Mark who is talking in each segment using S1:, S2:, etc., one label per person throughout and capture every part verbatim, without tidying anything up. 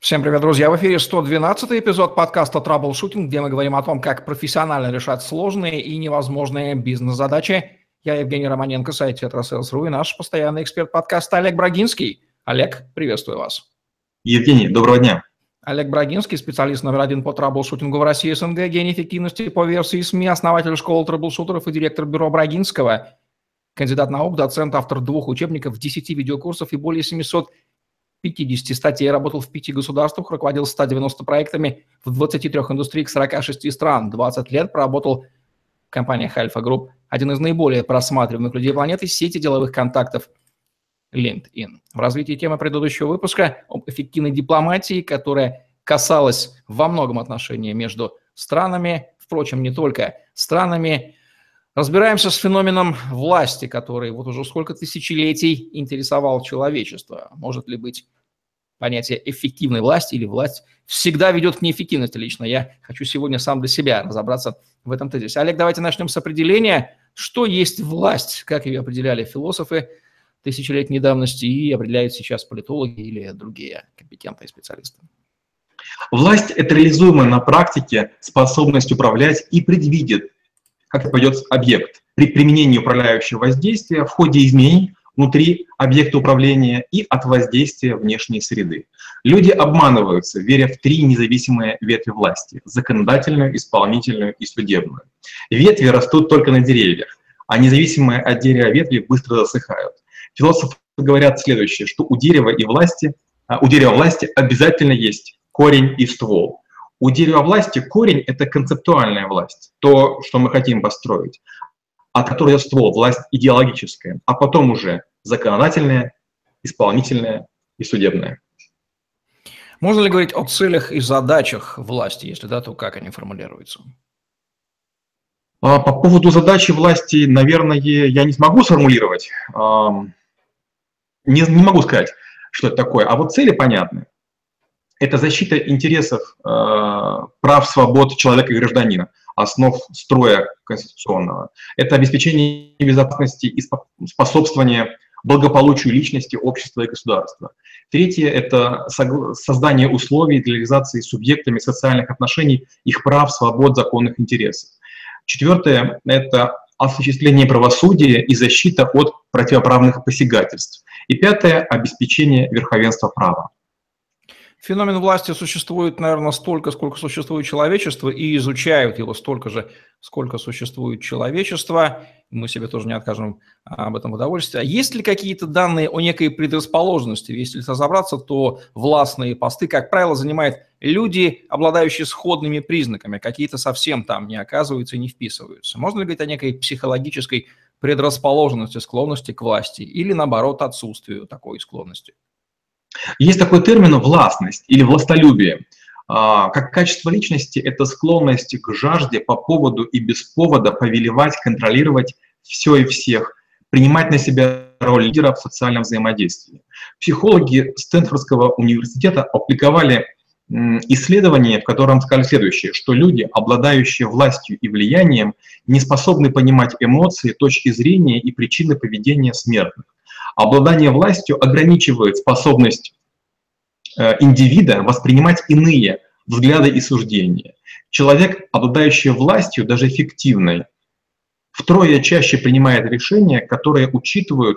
S1: Всем привет, друзья! В эфире сто двенадцатый эпизод подкаста «Траблшутинг», где мы говорим о том, как профессионально решать сложные и невозможные бизнес-задачи. Я Евгений Романенко, сайт тетрасейлс точка ру, и наш постоянный эксперт подкаста Олег Брагинский. Олег, приветствую вас.
S2: Евгений, доброго дня.
S1: Олег Брагинский, специалист номер один по траблшутингу в России и СНГ, гений эффективности по версии СМИ, основатель школы траблшутеров и директор бюро Брагинского, кандидат наук, доцент, автор двух учебников, десяти видеокурсов и более семисот пятидесяти статей, работал в пяти государствах, руководил ста девяноста проектами в двадцати трёх индустриях сорока шести стран. двадцать лет проработал в компаниях Альфа Групп, один из наиболее просматриваемых людей планеты, сети деловых контактов LinkedIn. В развитии темы предыдущего выпуска об эффективной дипломатии, которая касалась во многом отношений между странами, впрочем, не только странами, разбираемся с феноменом власти, который вот уже сколько тысячелетий интересовал человечество. Может ли быть понятие эффективной власти или власть всегда ведет к неэффективности? Лично я хочу сегодня сам для себя разобраться в этом тезисе. Олег, давайте начнем с определения, что есть власть, как ее определяли философы тысячелетней давности и определяют сейчас политологи или другие компетентные специалисты.
S2: Власть – это реализуемая на практике способность управлять и предвидеть, как пойдет объект при применении управляющего воздействия в ходе изменений внутри объекта управления и от воздействия внешней среды. Люди обманываются, веря в три независимые ветви власти – законодательную, исполнительную и судебную. Ветви растут только на деревьях, а независимые от дерева ветви быстро засыхают. Философы говорят следующее, что у дерева и власти, у дерева власти обязательно есть корень и ствол. У дерева власти корень – это концептуальная власть, то, что мы хотим построить, от которой ствол – власть идеологическая, а потом уже законодательная, исполнительная и судебная.
S1: Можно ли говорить о целях и задачах власти, если да, то как они формулируются?
S2: По поводу задачи власти, наверное, я не смогу сформулировать, не, не могу сказать, что это такое, а вот цели понятны. Это защита интересов, прав, свобод человека и гражданина, основ строя конституционного. Это обеспечение безопасности и способствование благополучию личности, общества и государства. Третье – это создание условий для реализации субъектами социальных отношений их прав, свобод, законных интересов. Четвертое – это осуществление правосудия и защита от противоправных посягательств. И пятое – обеспечение верховенства права.
S1: Феномен власти существует, наверное, столько, сколько существует человечество, и изучают его столько же, сколько существует человечество. Мы себе тоже не откажем об этом удовольствии. А есть ли какие-то данные о некой предрасположенности? Если разобраться, то властные посты, как правило, занимают люди, обладающие сходными признаками, какие-то совсем там не оказываются и не вписываются. Можно ли говорить о некой психологической предрасположенности, склонности к власти, или, наоборот, отсутствию такой склонности?
S2: Есть такой термин «властность» или «властолюбие». Как качество личности – это склонность к жажде по поводу и без повода повелевать, контролировать все и всех, принимать на себя роль лидера в социальном взаимодействии. Психологи Стэнфордского университета опубликовали исследование, в котором сказали следующее, что люди, обладающие властью и влиянием, не способны понимать эмоции, точки зрения и причины поведения смертных. Обладание властью ограничивает способность э, индивида воспринимать иные взгляды и суждения. Человек, обладающий властью, даже эффективной, втрое чаще принимает решения, которые учитывают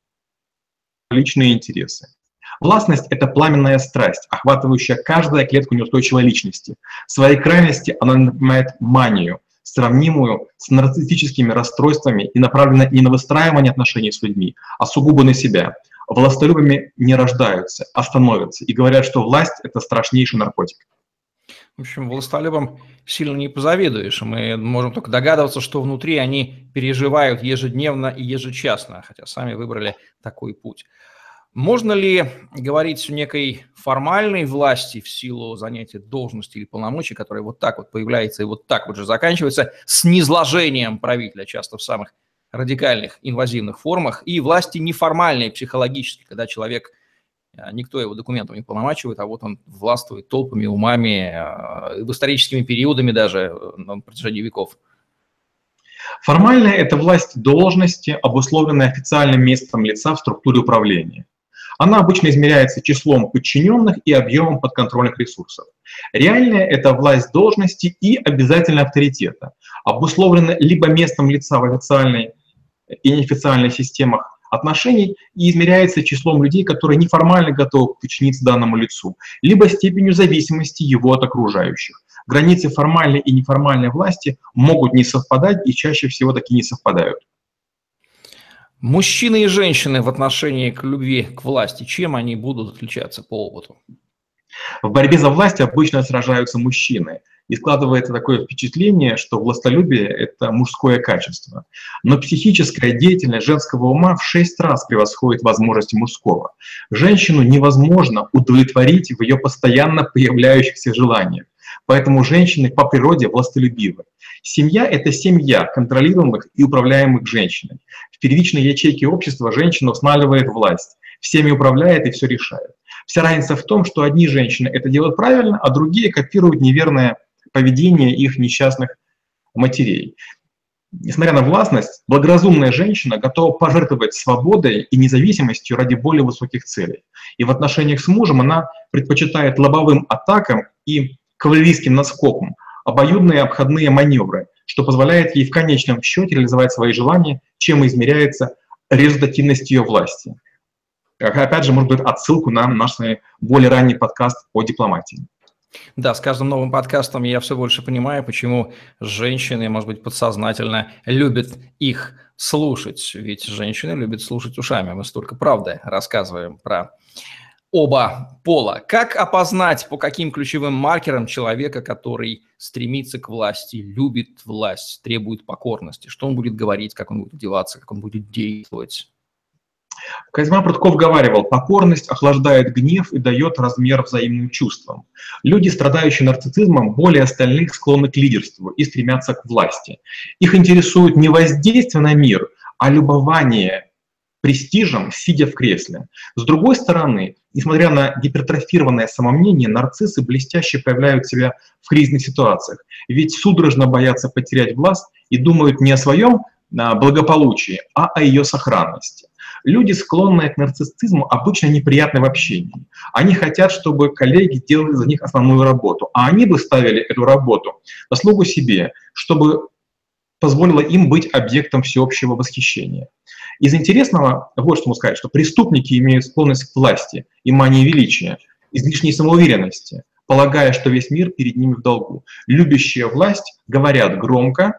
S2: личные интересы. Властность – это пламенная страсть, охватывающая каждую клетку неустойчивой личности. В своей крайности она напоминает манию, сравнимую с нарциссическими расстройствами и направлена не на выстраивание отношений с людьми, а сугубо на себя. Властолюбами не рождаются, а становятся, и говорят, что власть – это страшнейший наркотик.
S1: В общем, властолюбам сильно не позавидуешь. Мы можем только догадываться, что внутри они переживают ежедневно и ежечасно, хотя сами выбрали такой путь. Можно ли говорить о некой формальной власти в силу занятия должности или полномочий, которая вот так вот появляется и вот так вот же заканчивается, с низложением правителя, часто в самых радикальных инвазивных формах, и власти неформальной, психологически, когда человек, никто его документов не полномачивает, а вот он властвует толпами, умами, историческими периодами даже на протяжении веков?
S2: Формальная – это власть должности, обусловленная официальным местом лица в структуре управления. Она обычно измеряется числом подчиненных и объемом подконтрольных ресурсов. Реальная – это власть должности и обязательно авторитета, обусловлена либо местом лица в официальной и неофициальной системах отношений и измеряется числом людей, которые неформально готовы подчиниться данному лицу, либо степенью зависимости его от окружающих. Границы формальной и неформальной власти могут не совпадать и чаще всего таки не совпадают.
S1: Мужчины и женщины в отношении к любви к власти, чем они будут отличаться по опыту?
S2: В борьбе за власть обычно сражаются мужчины. И складывается такое впечатление, что властолюбие – это мужское качество. Но психическая деятельность женского ума в шесть раз превосходит возможности мужского. Женщину невозможно удовлетворить в ее постоянно появляющихся желаниях. Поэтому женщины по природе властолюбивы. Семья – это семья контролируемых и управляемых женщиной. В первичной ячейке общества женщина устанавливает власть, всеми управляет и все решает. Вся разница в том, что одни женщины это делают правильно, а другие копируют неверное поведение их несчастных матерей. Несмотря на властность, благоразумная женщина готова пожертвовать свободой и независимостью ради более высоких целей. И в отношениях с мужем она предпочитает лобовым атакам и кавалерийским наскокам обоюдные обходные маневры, что позволяет ей в конечном счете реализовать свои желания, чем измеряется результативность ее власти. Опять же, может быть, отсылку на наш более ранний подкаст о дипломатии.
S1: Да, с каждым новым подкастом я все больше понимаю, почему женщины, может быть, подсознательно любят их слушать. Ведь женщины любят слушать ушами. Мы столько правды рассказываем про оба пола. Как опознать, по каким ключевым маркерам человека, который стремится к власти, любит власть, требует покорности? Что он будет говорить, как он будет одеваться, как он будет действовать?
S2: Козьма Прутков говаривал: покорность охлаждает гнев и дает размер взаимным чувствам. Люди, страдающие нарциссизмом, более остальных склонны к лидерству и стремятся к власти. Их интересует не воздействие на мир, а любование престижем, сидя в кресле. С другой стороны, несмотря на гипертрофированное самомнение, нарциссы блестяще проявляют себя в кризисных ситуациях, ведь судорожно боятся потерять власть и думают не о своем благополучии, а о ее сохранности. Люди, склонные к нарциссизму, обычно неприятны в общении. Они хотят, чтобы коллеги делали за них основную работу, а они бы ставили эту работу на слугу себе, чтобы позволило им быть объектом всеобщего восхищения. Из интересного, вот что могу сказать, что преступники имеют склонность к власти и мании величия, излишней самоуверенности, полагая, что весь мир перед ними в долгу. Любящие власть говорят громко,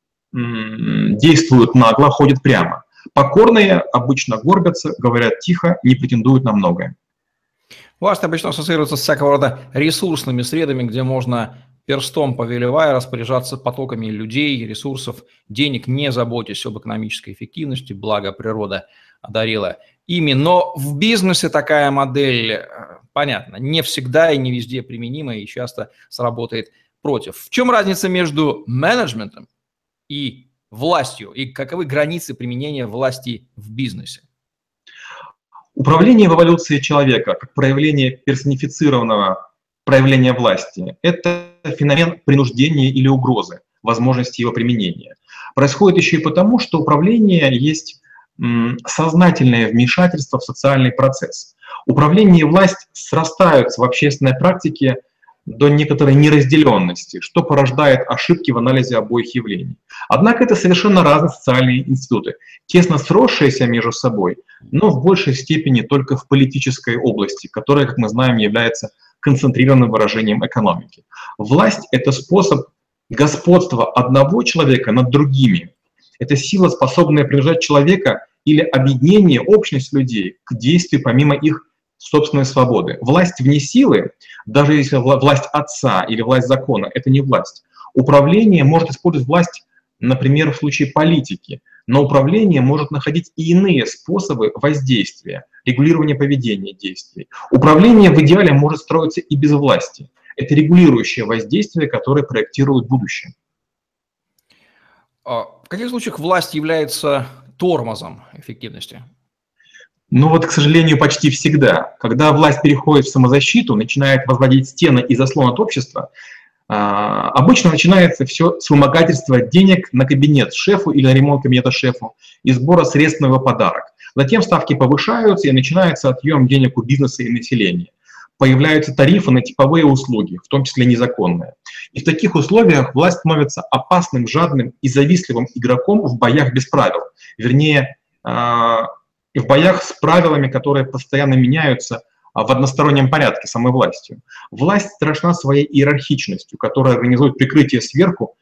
S2: действуют нагло, ходят прямо. Покорные обычно горбятся, говорят тихо, не претендуют на многое.
S1: Власть обычно ассоциируется с всякого рода ресурсными средами, где можно перстом повелевая распоряжаться потоками людей, ресурсов, денег, не заботясь об экономической эффективности, благо природа одарила ими. Но в бизнесе такая модель, понятно, не всегда и не везде применима и часто сработает против. В чем разница между менеджментом и властью, и каковы границы применения власти в бизнесе?
S2: Управление в эволюции человека, как проявление персонифицированного проявления власти, это феномен принуждения или угрозы, возможности его применения. Происходит еще и потому, что управление есть сознательное вмешательство в социальный процесс. Управление и власть срастаются в общественной практике до некоторой неразделенности, что порождает ошибки в анализе обоих явлений. Однако это совершенно разные социальные институты, тесно сросшиеся между собой, но в большей степени только в политической области, которая, как мы знаем, является концентрированным выражением экономики. Власть — это способ господства одного человека над другими. Это сила, способная принуждать человека или объединение, общность людей к действию помимо их собственной свободы. Власть вне силы, даже если власть отца или власть закона, это не власть. Управление может использовать власть, например, в случае политики, но управление может находить и иные способы воздействия, регулирования поведения действий. Управление в идеале может строиться и без власти. Это регулирующее воздействие, которое проектирует будущее.
S1: В каких случаях власть является тормозом эффективности?
S2: Ну вот, к сожалению, почти всегда. Когда власть переходит в самозащиту, начинает возводить стены и заслон от общества, обычно начинается все с вымогательства денег на кабинет шефу или на ремонт кабинета шефу и сбора средств на его подарок. Затем ставки повышаются, и начинается отъем денег у бизнеса и населения. Появляются тарифы на типовые услуги, в том числе незаконные. И в таких условиях власть становится опасным, жадным и завистливым игроком в боях без правил. Вернее, в боях с правилами, которые постоянно меняются в одностороннем порядке самой властью. Власть страшна своей иерархичностью, которая организует прикрытие сверху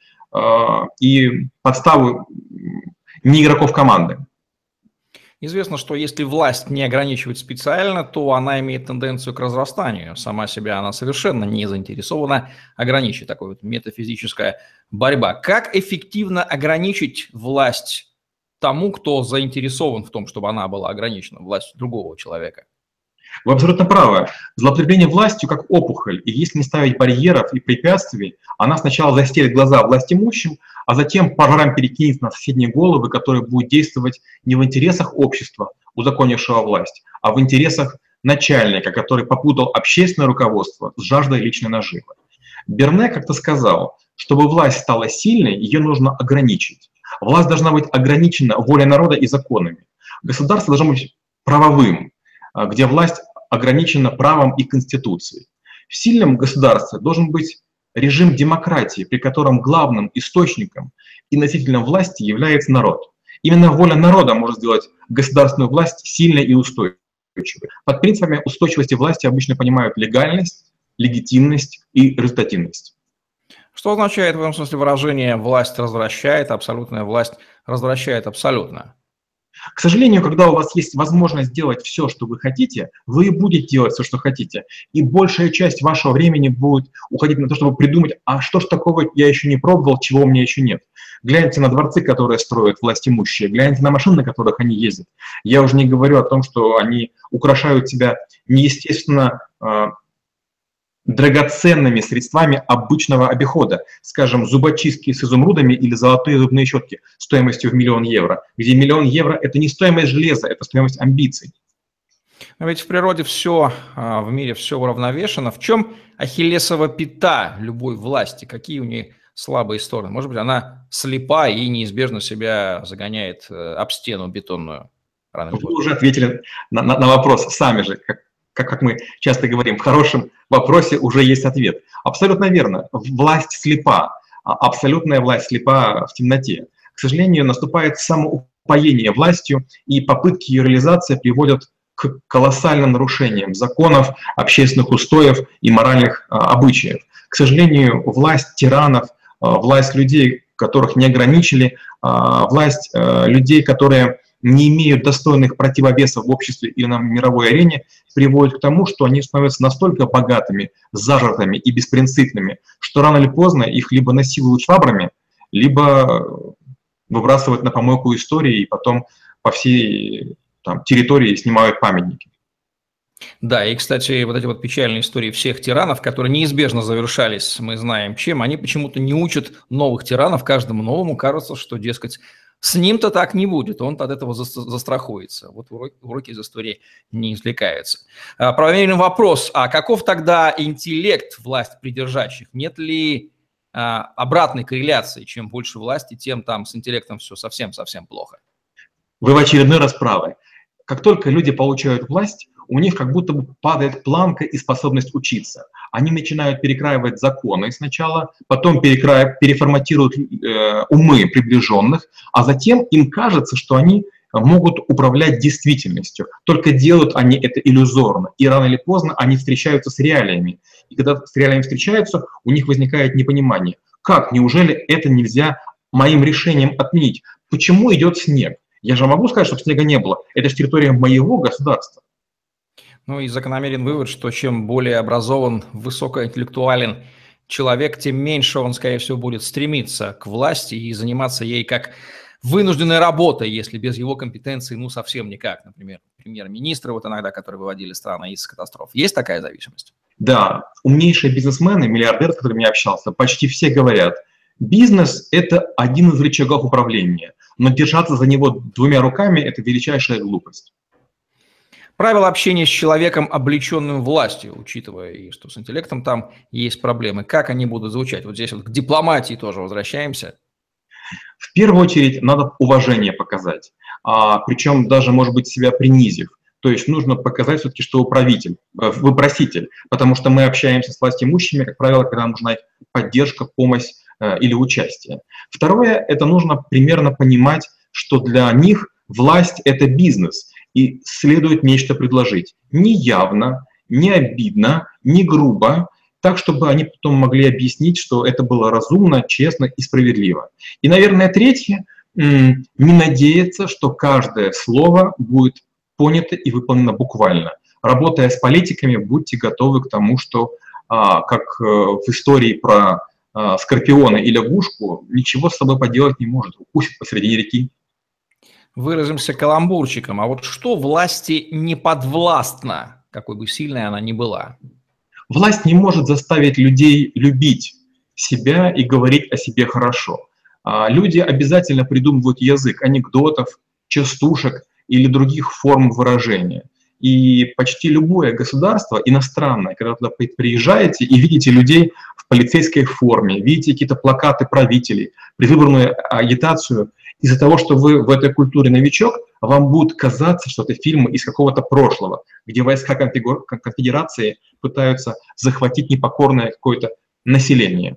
S2: и подставу не игроков команды.
S1: Известно, что если власть не ограничивать специально, то она имеет тенденцию к разрастанию. Сама себя она совершенно не заинтересована ограничить. Такая вот метафизическая борьба. Как эффективно ограничить власть тому, кто заинтересован в том, чтобы она была ограничена, власть другого человека?
S2: Вы абсолютно правы. Злоупотребление властью как опухоль, и если не ставить барьеров и препятствий, она сначала застелит глаза властимущим, а затем пожаром перекинется на соседние головы, которые будут действовать не в интересах общества, узаконившего власть, а в интересах начальника, который попутал общественное руководство с жаждой личной наживы. Берне как-то сказал, чтобы власть стала сильной, ее нужно ограничить. Власть должна быть ограничена волей народа и законами. Государство должно быть правовым, где власть ограничена правом и конституцией. В сильном государстве должен быть режим демократии, при котором главным источником и носителем власти является народ. Именно воля народа может сделать государственную власть сильной и устойчивой. Под принципами устойчивости власти обычно понимают легальность, легитимность и результативность.
S1: Что означает в этом смысле выражение «власть развращает», «абсолютная власть развращает абсолютно»?
S2: К сожалению, когда у вас есть возможность делать все, что вы хотите, вы и будете делать все, что хотите. И большая часть вашего времени будет уходить на то, чтобы придумать, а что ж такого я еще не пробовал, чего у меня еще нет. Гляньте на дворцы, которые строят властимущие, гляньте на машины, на которых они ездят. Я уже не говорю о том, что они украшают себя неестественно драгоценными средствами обычного обихода, скажем, зубочистки с изумрудами или золотые зубные щетки стоимостью в миллион евро, где миллион евро – это не стоимость железа, это стоимость амбиций.
S1: Но ведь в природе все, в мире все уравновешено. В чем ахиллесова пята любой власти? Какие у нее слабые стороны? Может быть, она слепа и неизбежно себя загоняет об стену бетонную?
S2: Вы уже ответили на, на, на вопрос сами же, как Как, как мы часто говорим, в хорошем вопросе уже есть ответ. Абсолютно верно. Власть слепа. Абсолютная власть слепа в темноте. К сожалению, наступает самоупоение властью, и попытки ее реализации приводят к колоссальным нарушениям законов, общественных устоев и моральных а, обычаев. К сожалению, власть тиранов, а, власть людей, которых не ограничили, а, власть а, людей, которые не имеют достойных противовесов в обществе и на мировой арене, приводит к тому, что они становятся настолько богатыми, зажатыми и беспринципными, что рано или поздно их либо насилуют швабрами, либо выбрасывают на помойку истории и потом по всей там, территории снимают памятники.
S1: Да, и, кстати, вот эти вот печальные истории всех тиранов, которые неизбежно завершались, мы знаем чем, они почему-то не учат новых тиранов, каждому новому кажется, что, дескать, с ним-то так не будет, он от этого застрахуется. Вот уроки из истории не извлекаются. Правильный вопрос, а каков тогда интеллект власть придержащих? Нет ли а, обратной корреляции? Чем больше власти, тем там с интеллектом все совсем-совсем плохо.
S2: Вы в очередной раз правы. Как только люди получают власть, у них как будто бы падает планка и способность учиться. Они начинают перекраивать законы сначала, потом перекра... переформатируют э, умы приближенных, а затем им кажется, что они могут управлять действительностью. Только делают они это иллюзорно. И рано или поздно они встречаются с реалиями. И когда с реалиями встречаются, у них возникает непонимание. Как? Неужели это нельзя моим решением отменить? Почему идет снег? Я же могу сказать, чтобы снега не было. Это же территория моего государства.
S1: Ну и закономерен вывод, что чем более образован, высокоинтеллектуален человек, тем меньше он, скорее всего, будет стремиться к власти и заниматься ей как вынужденной работой, если без его компетенции, ну, совсем никак. Например, премьер-министры вот иногда, которые выводили страны из катастроф. Есть такая зависимость?
S2: Да, умнейшие бизнесмены, миллиардеры, с которыми я общался, почти все говорят, бизнес – это один из рычагов управления, но держаться за него двумя руками – это величайшая глупость.
S1: Правила общения с человеком, облеченным властью, учитывая, и что с интеллектом там есть проблемы. Как они будут звучать? Вот здесь вот к дипломатии тоже возвращаемся.
S2: В первую очередь надо уважение показать, а, причем даже, может быть, себя принизив. То есть нужно показать все-таки, что вы правитель, вы проситель, потому что мы общаемся с властимущими, как правило, когда нужна их поддержка, помощь э, или участие. Второе, это нужно примерно понимать, что для них власть – это бизнес, и следует нечто предложить. Не явно, не обидно, не грубо, так, чтобы они потом могли объяснить, что это было разумно, честно и справедливо. И, наверное, третье – не надеяться, что каждое слово будет понято и выполнено буквально. Работая с политиками, будьте готовы к тому, что, а, как э, в истории про а, скорпиона и лягушку, ничего с собой поделать не может, укусит посредине реки.
S1: Выразимся каламбурчиком. А вот что власти не подвластно, какой бы сильной она ни была?
S2: Власть не может заставить людей любить себя и говорить о себе хорошо. А, люди обязательно придумывают язык анекдотов, частушек или других форм выражения. И почти любое государство иностранное, когда туда приезжаете и видите людей в полицейской форме, видите какие-то плакаты правителей, предвыборную агитацию, из-за того, что вы в этой культуре новичок, вам будет казаться, что это фильмы из какого-то прошлого, где войска конфедерации пытаются захватить непокорное какое-то население.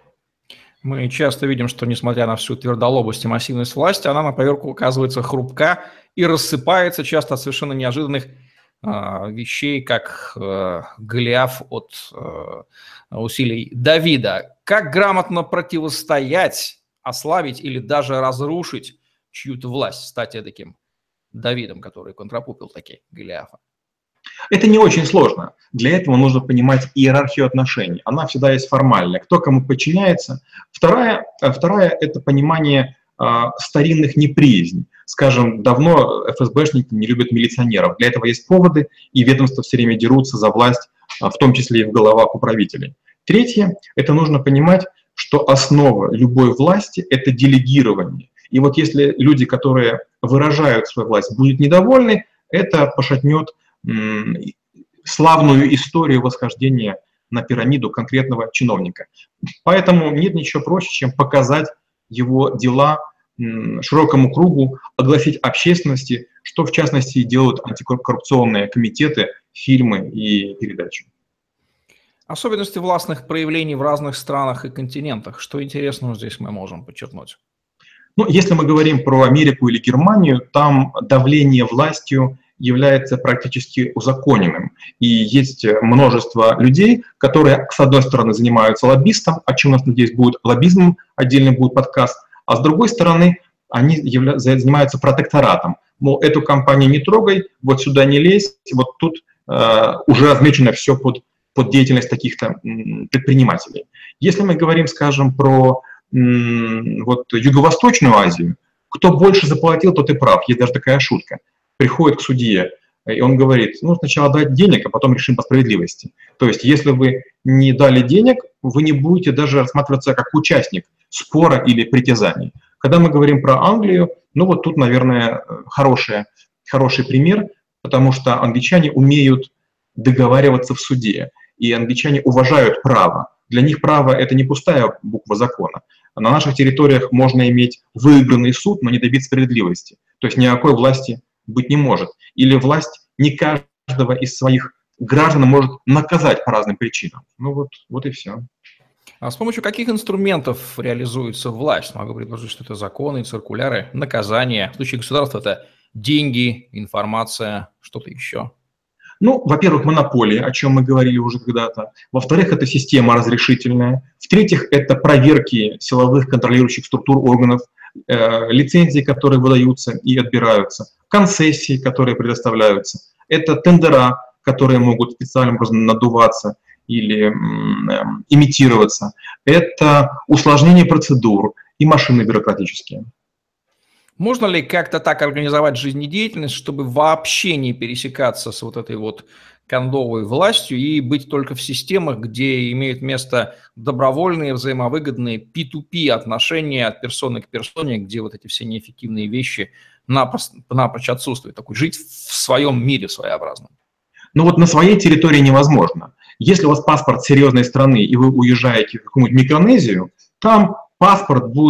S1: Мы часто видим, что, несмотря на всю твердолобость и массивность власти, она на поверку оказывается хрупка и рассыпается часто от совершенно неожиданных э, вещей, как э, Голиаф от э, усилий Давида. Как грамотно противостоять, ослабить или даже разрушить чью-то власть, стать таким Давидом, который контрапупил таки Голиафа?
S2: Это не очень сложно. Для этого нужно понимать иерархию отношений. Она всегда есть формальная. Кто кому подчиняется. Вторая, вторая – это понимание а, старинных неприязней. Скажем, давно эф эс бэшники не любят милиционеров. Для этого есть поводы, и ведомства все время дерутся за власть, а, в том числе и в головах управителей. Третье – это нужно понимать, что основа любой власти – это делегирование. И вот если люди, которые выражают свою власть, будут недовольны, это пошатнет славную историю восхождения на пирамиду конкретного чиновника. Поэтому нет ничего проще, чем показать его дела широкому кругу, огласить общественности, что в частности делают антикоррупционные комитеты, фильмы и передачи.
S1: Особенности властных проявлений в разных странах и континентах. Что интересного здесь мы можем подчеркнуть?
S2: Ну, если мы говорим про Америку или Германию, там давление властью является практически узаконенным. И есть множество людей, которые, с одной стороны, занимаются лоббистом, о чем у нас, надеюсь, будет лоббизм, отдельный будет подкаст, а с другой стороны, они явля... занимаются протекторатом. Мол, эту компанию не трогай, вот сюда не лезь, вот тут э, уже размечено все под, под деятельность таких-то предпринимателей. Если мы говорим, скажем, про м, вот, Юго-Восточную Азию, кто больше заплатил, тот и прав. Есть даже такая шутка. Приходит к судье, и он говорит, ну, сначала дать денег, а потом решим по справедливости. То есть, если вы не дали денег, вы не будете даже рассматриваться как участник спора или притязаний. Когда мы говорим про Англию, ну, вот тут, наверное, хороший, хороший пример, потому что англичане умеют договариваться в суде, и англичане уважают право. Для них право – это не пустая буква закона. На наших территориях можно иметь выигранный суд, но не добиться справедливости. То есть никакой власти быть не может. Или власть не каждого из своих граждан может наказать по разным причинам. Ну вот, вот и все.
S1: А с помощью каких инструментов реализуется власть? Могу предложить, что это законы, циркуляры, наказания. В случае государства это деньги, информация, что-то еще.
S2: Ну, во-первых, монополия, о чем мы говорили уже когда-то. Во-вторых, это система разрешительная. В-третьих, это проверки силовых контролирующих структур органов, э, лицензии, которые выдаются и отбираются, концессии, которые предоставляются. Это тендера, которые могут специальным образом надуваться или э, имитироваться. Это усложнение процедур и машины бюрократические.
S1: Можно ли как-то так организовать жизнедеятельность, чтобы вообще не пересекаться с вот этой вот кондовой властью и быть только в системах, где имеют место добровольные, взаимовыгодные пи ту пи отношения от персоны к персоне, где вот эти все неэффективные вещи напрочь, напрочь отсутствуют? Такой жить в своем мире своеобразном.
S2: Ну вот на своей территории невозможно. Если у вас паспорт серьезной страны, и вы уезжаете в какую-нибудь Микронезию, там паспорт будет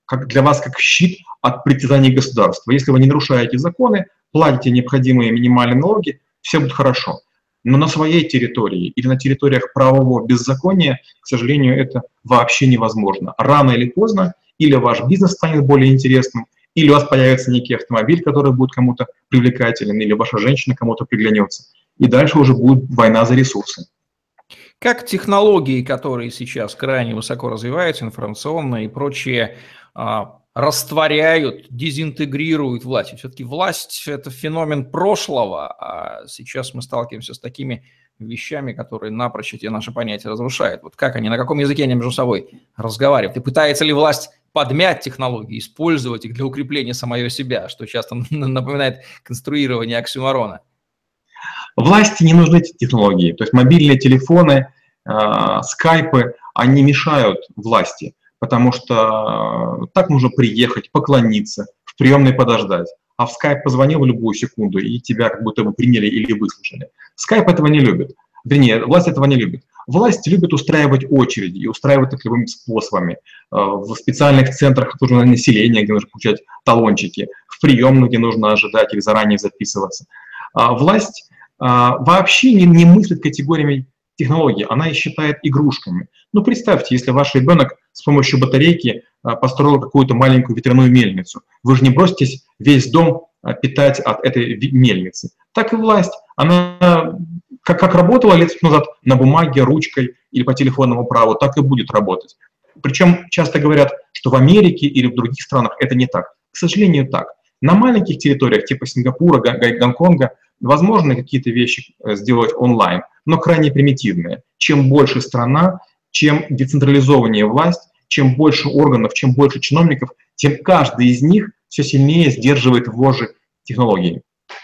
S2: как для вас как щит от притязаний государства. Если вы не нарушаете законы, платите необходимые минимальные налоги, все будет хорошо. Но на своей территории или на территориях правового беззакония, к сожалению, это вообще невозможно. Рано или поздно или ваш бизнес станет более интересным, или у вас появится некий автомобиль, который будет кому-то привлекателен, или ваша женщина кому-то приглянется. И дальше уже будет война за ресурсы.
S1: Как технологии, которые сейчас крайне высоко развиваются, информационные и прочие, растворяют, дезинтегрируют власть? Все-таки власть – это феномен прошлого, а сейчас мы сталкиваемся с такими вещами, которые напрочь эти наши понятия разрушают. Вот как они, на каком языке они между собой разговаривают? И пытается ли власть подмять технологии, использовать их для укрепления самого себя, что часто напоминает конструирование оксюморона?
S2: Власти не нужны эти технологии. То есть мобильные телефоны, э, скайпы, они мешают власти, потому что так нужно приехать, поклониться, в приемной подождать. А в скайп позвонил в любую секунду, и тебя как будто бы приняли или выслушали. Скайп этого не любит. Вернее, власть этого не любит. Власть любит устраивать очереди и устраивать их любыми способами. В специальных центрах окруженного населения, где нужно получать талончики, в приемных, где нужно ожидать или заранее записываться. Власть вообще не, не мыслит категориями технологий, она их считает игрушками. Ну, представьте, если ваш ребенок с помощью батарейки построил какую-то маленькую ветряную мельницу, вы же не броситесь весь дом питать от этой мельницы. Так и власть, она как, как работала лет назад на бумаге, ручкой или по телефонному праву, так и будет работать. Причем часто говорят, что в Америке или в других странах это не так. К сожалению, так. На маленьких территориях типа Сингапура, Гонконга возможно какие-то вещи сделать онлайн, но крайне примитивные. Чем больше страна, чем децентрализованнее власть, чем больше органов, чем больше чиновников, тем каждый из них все сильнее сдерживает вожжи технологий.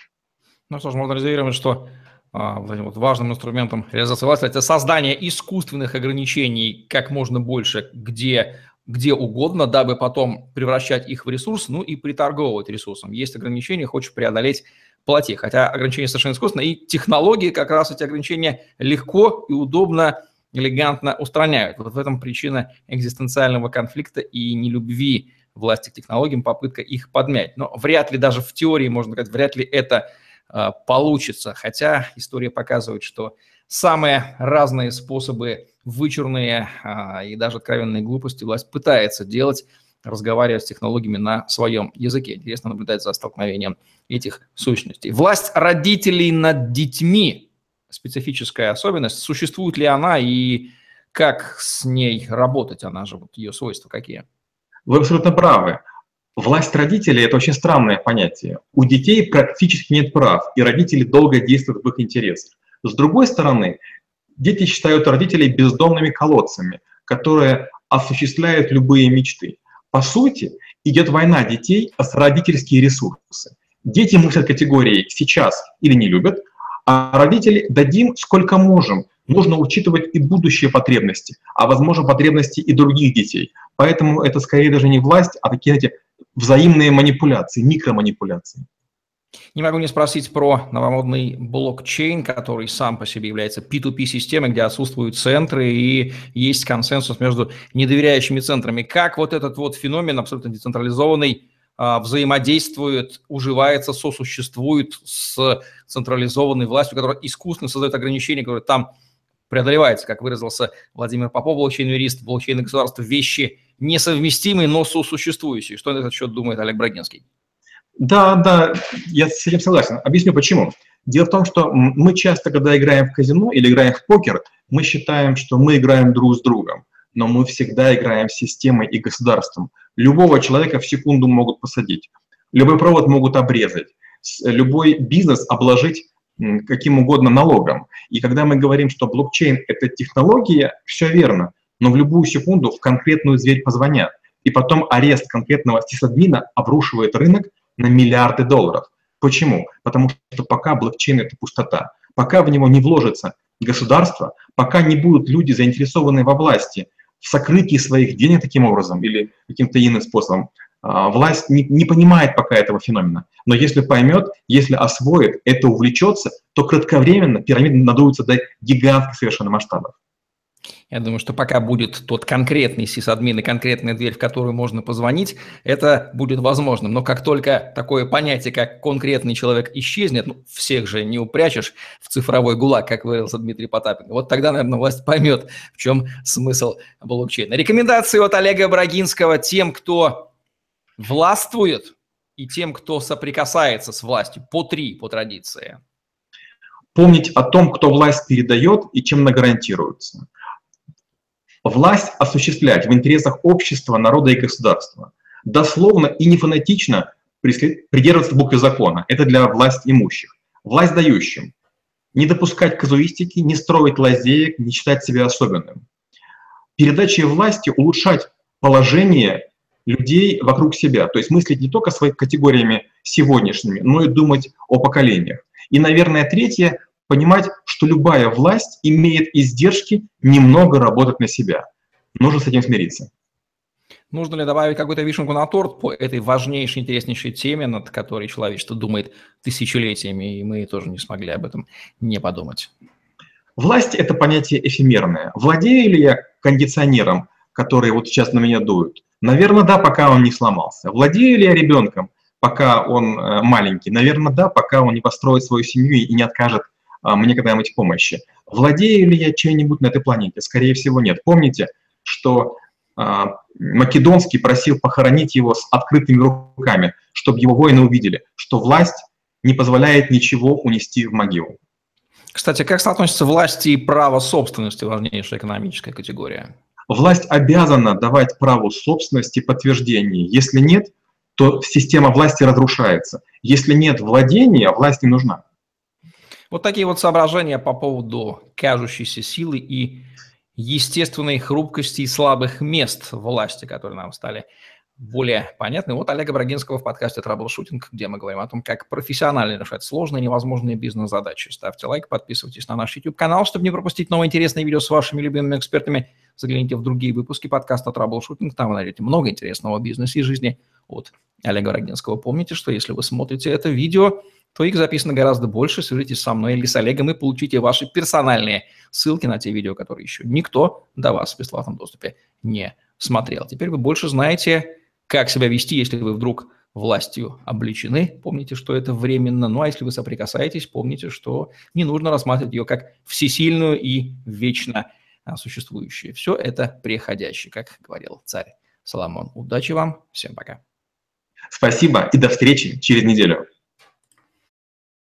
S1: Ну что ж, можно резюмировать, что а, вот важным инструментом реализации власти это создание искусственных ограничений как можно больше, где, где угодно, дабы потом превращать их в ресурс, ну и приторговывать ресурсом. Есть ограничения, хочешь преодолеть, плати. Хотя ограничения совершенно искусственные, и технологии как раз эти ограничения легко и удобно, элегантно устраняют. Вот в этом причина экзистенциального конфликта и нелюбви власти к технологиям, попытка их подмять. Но вряд ли даже в теории, можно сказать, вряд ли это э, получится. Хотя история показывает, что самые разные способы, вычурные э, и даже откровенные глупости власть пытается делать, разговаривая с технологиями на своем языке. Интересно наблюдать за столкновением этих сущностей. Власть родителей над детьми. Специфическая особенность. Существует ли она и как с ней работать? Она же, вот ее свойства какие?
S2: Вы абсолютно правы. Власть родителей – это очень странное понятие. У детей практически нет прав, и родители долго действуют в их интересах. С другой стороны, дети считают родителей бездомными колодцами, которые осуществляют любые мечты. По сути, идет война детей с родительские ресурсы. Дети мыслят категорией «сейчас» или «не любят», а родители дадим сколько можем. Нужно учитывать и будущие потребности, а возможно потребности и других детей. Поэтому это скорее даже не власть, а такие эти взаимные манипуляции, микроманипуляции.
S1: Не могу не спросить про новомодный блокчейн, который сам по себе является пи ту пи-системой, где отсутствуют центры и есть консенсус между недоверяющими центрами. Как вот этот вот феномен абсолютно децентрализованный взаимодействует, уживается, сосуществует с централизованной властью, которая искусственно создает ограничения, которые там преодолеваются, как выразился Владимир Попов, блокчейн-юрист, блокчейн и государство, вещи несовместимые, но сосуществующие. Что на этот счет думает Олег Брагинский?
S2: Да, да, я с этим согласен. Объясню почему. Дело в том, что мы часто, когда играем в казино или играем в покер, мы считаем, что мы играем друг с другом. Но мы всегда играем с системой и государством. Любого человека в секунду могут посадить, любой провод могут обрезать, любой бизнес обложить каким угодно налогом. И когда мы говорим, что блокчейн – это технология, все верно, но в любую секунду в конкретную дверь позвонят. И потом арест конкретного сисадмина обрушивает рынок на миллиарды долларов. Почему? Потому что пока блокчейн – это пустота, пока в него не вложится государство, пока не будут люди, заинтересованные во власти, в сокрытии своих денег таким образом или каким-то иным способом, власть не, не понимает пока этого феномена. Но если поймет, если освоит, это увлечется, то кратковременно пирамида надуется до гигантских совершенно масштабов.
S1: Я думаю, что пока будет тот конкретный сисадмин и конкретная дверь, в которую можно позвонить, это будет возможным. Но как только такое понятие, как конкретный человек, исчезнет, ну, всех же не упрячешь в цифровой гулаг, как выразился Дмитрий Потапенко, вот тогда, наверное, власть поймет, в чем смысл блокчейна. Рекомендации от Олега Брагинского тем, кто властвует, и тем, кто соприкасается с властью. По три, по традиции.
S2: Помнить о том, кто власть передает и чем она гарантируется. Власть осуществлять в интересах общества, народа и государства. Дословно и не фанатично придерживаться буквы закона. Это для власть имущих. Власть дающим. Не допускать казуистики, не строить лазеек, не считать себя особенным. Передачей власти улучшать положение людей вокруг себя. То есть мыслить не только своими категориями сегодняшними, но и думать о поколениях. И, наверное, третье — понимать, что любая власть имеет издержки немного работать на себя. Нужно с этим смириться.
S1: Нужно ли добавить какую-то вишенку на торт по этой важнейшей, интереснейшей теме, над которой человечество думает тысячелетиями, и мы тоже не смогли об этом не подумать?
S2: Власть — это понятие эфемерное. Владею ли я кондиционером, который вот сейчас на меня дует? Наверное, да, пока он не сломался. Владею ли я ребенком, пока он маленький? Наверное, да, пока он не построит свою семью и не откажет мне когда-нибудь помощи. Владею ли я чем-нибудь на этой планете? Скорее всего, нет. Помните, что а, Македонский просил похоронить его с открытыми руками, чтобы его воины увидели, что власть не позволяет ничего унести в могилу.
S1: Кстати, как соотносятся власти и право собственности, важнейшая экономическая категория?
S2: Власть обязана давать праву собственности подтверждение. Если нет, то система власти разрушается. Если нет владения, власть не нужна.
S1: Вот такие вот соображения по поводу кажущейся силы и естественной хрупкости и слабых мест власти, которые нам стали более понятны. Вот Олега Брагинского в подкасте «Траблшутинг», где мы говорим о том, как профессионально решать сложные невозможные бизнес-задачи. Ставьте лайк, подписывайтесь на наш YouTube-канал, чтобы не пропустить новые интересные видео с вашими любимыми экспертами. Загляните в другие выпуски подкаста «Траблшутинг», там вы найдете много интересного в бизнесе и жизни от Олега Брагинского. Помните, что если вы смотрите это видео, то их записано гораздо больше. Свяжитесь со мной или с Олегом и получите ваши персональные ссылки на те видео, которые еще никто до вас в бесплатном доступе не смотрел. Теперь вы больше знаете, как себя вести, если вы вдруг властью облечены. Помните, что это временно. Ну а если вы соприкасаетесь, помните, что не нужно рассматривать ее как всесильную и вечно существующую. Все это приходящее, как говорил царь Соломон. Удачи вам. Всем пока.
S2: Спасибо и до встречи через неделю.